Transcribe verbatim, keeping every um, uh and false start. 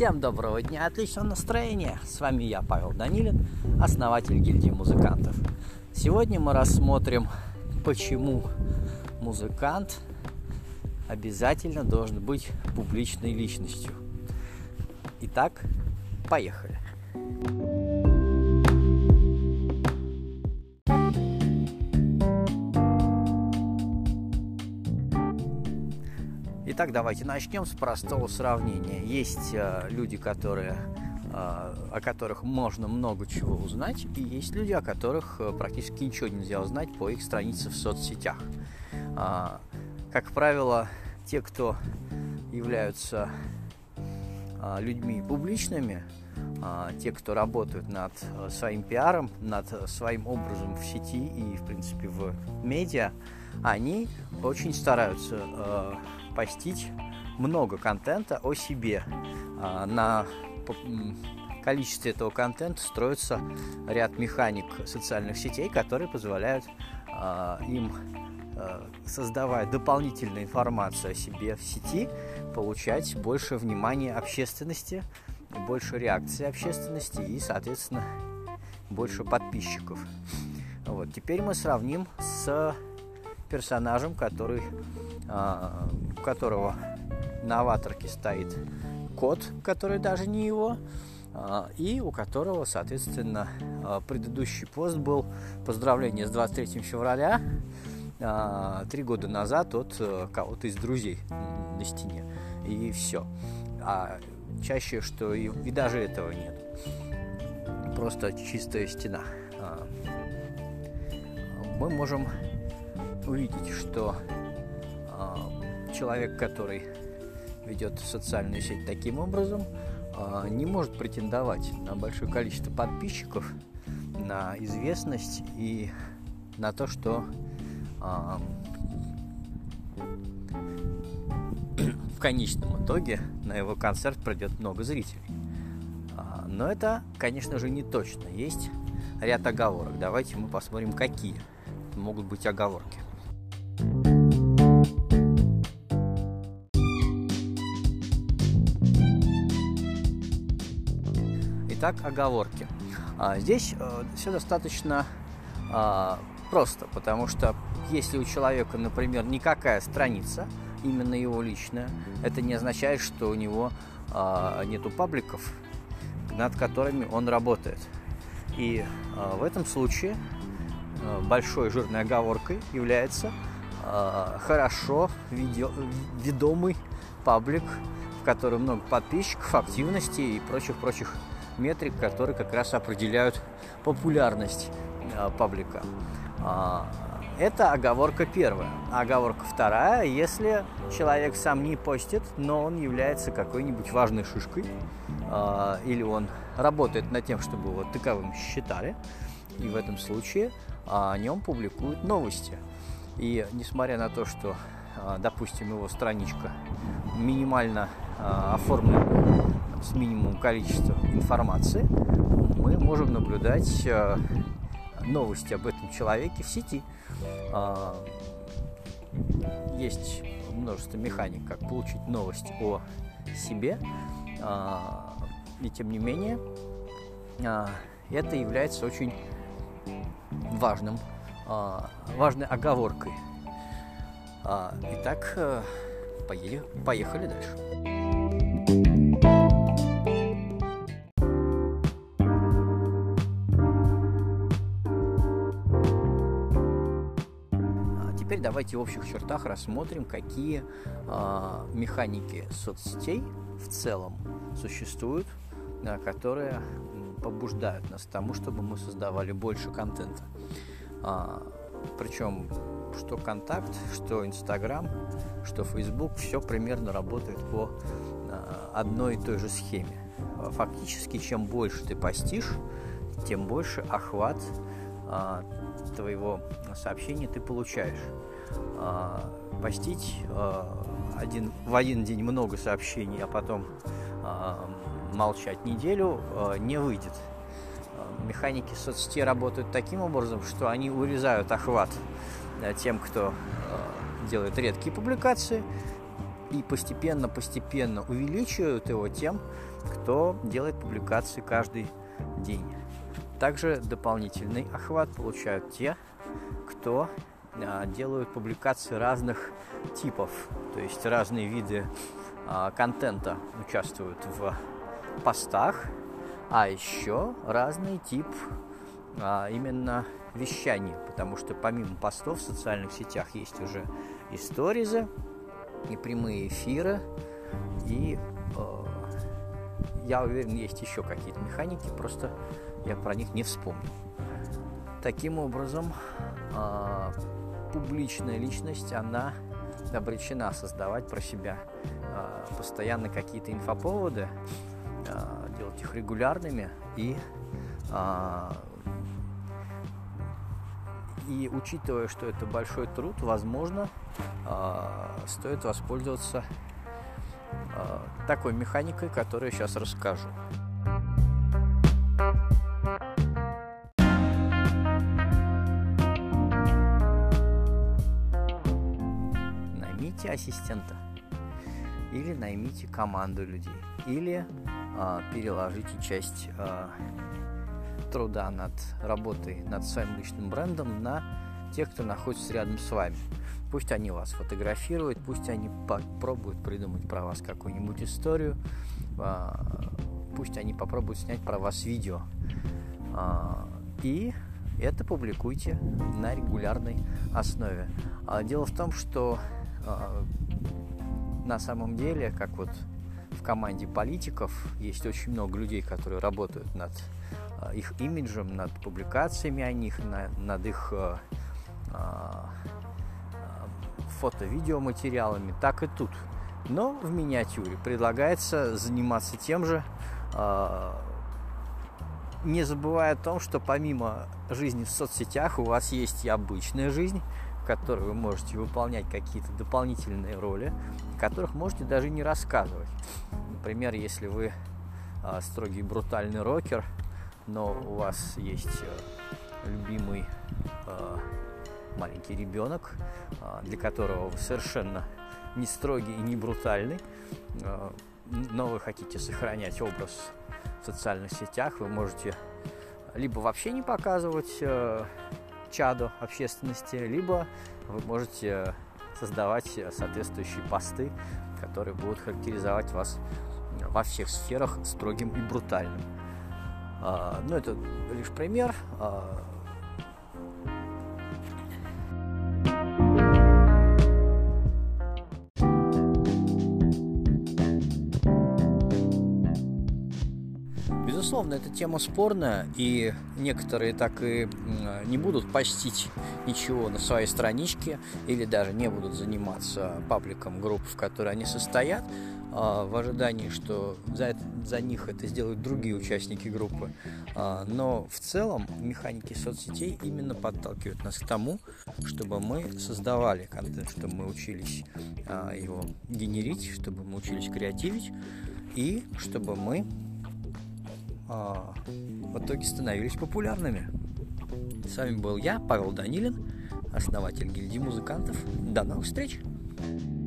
Всем доброго дня, отличного настроения. С вами я, Павел Данилин, основатель гильдии музыкантов. Сегодня мы рассмотрим, почему музыкант обязательно должен быть публичной личностью. Итак, поехали. Итак, давайте начнем с простого сравнения. Есть э, люди, которые, э, о которых можно много чего узнать, и есть люди, о которых э, практически ничего нельзя узнать по их странице в соцсетях. Э, как правило, те, кто являются э, людьми публичными, э, те, кто работают над э, своим пиаром, над своим образом в сети и, в принципе, в медиа, они очень стараются э, постить много контента о себе. На количестве этого контента строится ряд механик социальных сетей, которые позволяют им, создавая дополнительную информацию о себе в сети, получать больше внимания общественности, больше реакции общественности и, соответственно, больше подписчиков. Вот. Теперь мы сравним с персонажем, который, у которого на аватарке стоит кот, который даже не его, и у которого, соответственно, предыдущий пост был поздравление с двадцать третьим февраля три года назад от кого-то из друзей на стене. И все. А чаще, что и, и даже этого нет. Просто чистая стена. Мы можем увидеть, что э, человек, который ведет социальную сеть таким образом, э, не может претендовать на большое количество подписчиков, на известность и на то, что э, в конечном итоге на его концерт придет много зрителей. Э, но это, конечно же, не точно. Есть ряд оговорок. Давайте мы посмотрим, какие могут быть оговорки. Итак, оговорки. А, здесь а, все достаточно а, просто, потому что если у человека, например, никакая страница, именно его личная, это не означает, что у него а, нету пабликов, над которыми он работает. И а, в этом случае большой жирной оговоркой является э, хорошо видео, ведомый паблик, в котором много подписчиков, активности и прочих-прочих метрик, которые как раз определяют популярность э, паблика. Э, это оговорка первая. Оговорка вторая: если человек сам не постит, но он является какой-нибудь важной шишкой, э, или он работает над тем, чтобы его таковым считали, и в этом случае о нем публикуют новости. И несмотря на то, что, допустим, его страничка минимально оформлена с минимумом количества информации, мы можем наблюдать новости об этом человеке в сети. Есть множество механик, как получить новости о себе, и тем не менее это является очень важным, важной оговоркой. Итак, поехали, поехали дальше. Теперь давайте в общих чертах рассмотрим, какие механики соцсетей в целом существуют, которые побуждают нас к тому, чтобы мы создавали больше контента. А, причем что Контакт, что Инстаграм, что Фейсбук, все примерно работает по а, одной и той же схеме. Фактически, чем больше ты постишь, тем больше охват а, твоего сообщения ты получаешь. А, постить а, один, в один день много сообщений, а потом а, молчать неделю э, не выйдет. Механики соцсетей работают таким образом, что они урезают охват э, тем, кто э, делает редкие публикации, и постепенно-постепенно увеличивают его тем, кто делает публикации каждый день. Также дополнительный охват получают те, кто а, делают публикации разных типов, то есть разные виды а, контента участвуют в постах, а еще разный тип а, именно вещания, потому что помимо постов в социальных сетях есть уже и сторизы, и прямые эфиры, и э, я уверен, есть еще какие-то механики, просто я про них не вспомнил. Таким образом, э, публичная личность, она обречена создавать про себя э, постоянно какие-то инфоповоды, э, делать их регулярными и э, И учитывая, что это большой труд, возможно, стоит воспользоваться такой механикой, которую я сейчас расскажу. Наймите ассистента или наймите команду людей, или переложите часть труда над работой над своим личным брендом на тех, кто находится рядом с вами. Пусть они вас фотографируют, пусть они попробуют придумать про вас какую-нибудь историю, пусть они попробуют снять про вас видео. И это публикуйте на регулярной основе. Дело в том, что на самом деле, как вот в команде политиков, есть очень много людей, которые работают над их имиджем, над публикациями о них, на, над их э, э, фото-видеоматериалами, так и тут. Но в миниатюре предлагается заниматься тем же, э, не забывая о том, что помимо жизни в соцсетях у вас есть и обычная жизнь, в которой вы можете выполнять какие-то дополнительные роли, о которых можете даже не рассказывать. Например, если вы э, строгий брутальный рокер, но у вас есть э, любимый э, маленький ребенок, э, для которого вы совершенно не строгий и не брутальный, э, но вы хотите сохранять образ в социальных сетях, вы можете либо вообще не показывать э, чадо общественности, либо вы можете создавать соответствующие посты, которые будут характеризовать вас во всех сферах строгим и брутальным. Uh, ну, это лишь пример. Uh, Безусловно, эта тема спорная, и некоторые так и не будут постить ничего на своей страничке или даже не будут заниматься пабликом групп, в которой они состоят, в ожидании, что за, за них это сделают другие участники группы. Но в целом механики соцсетей именно подталкивают нас к тому, чтобы мы создавали контент, чтобы мы учились его генерить, чтобы мы учились креативить и чтобы мы в итоге становились популярными. С вами был я, Павел Данилин, основатель гильдии музыкантов. До новых встреч!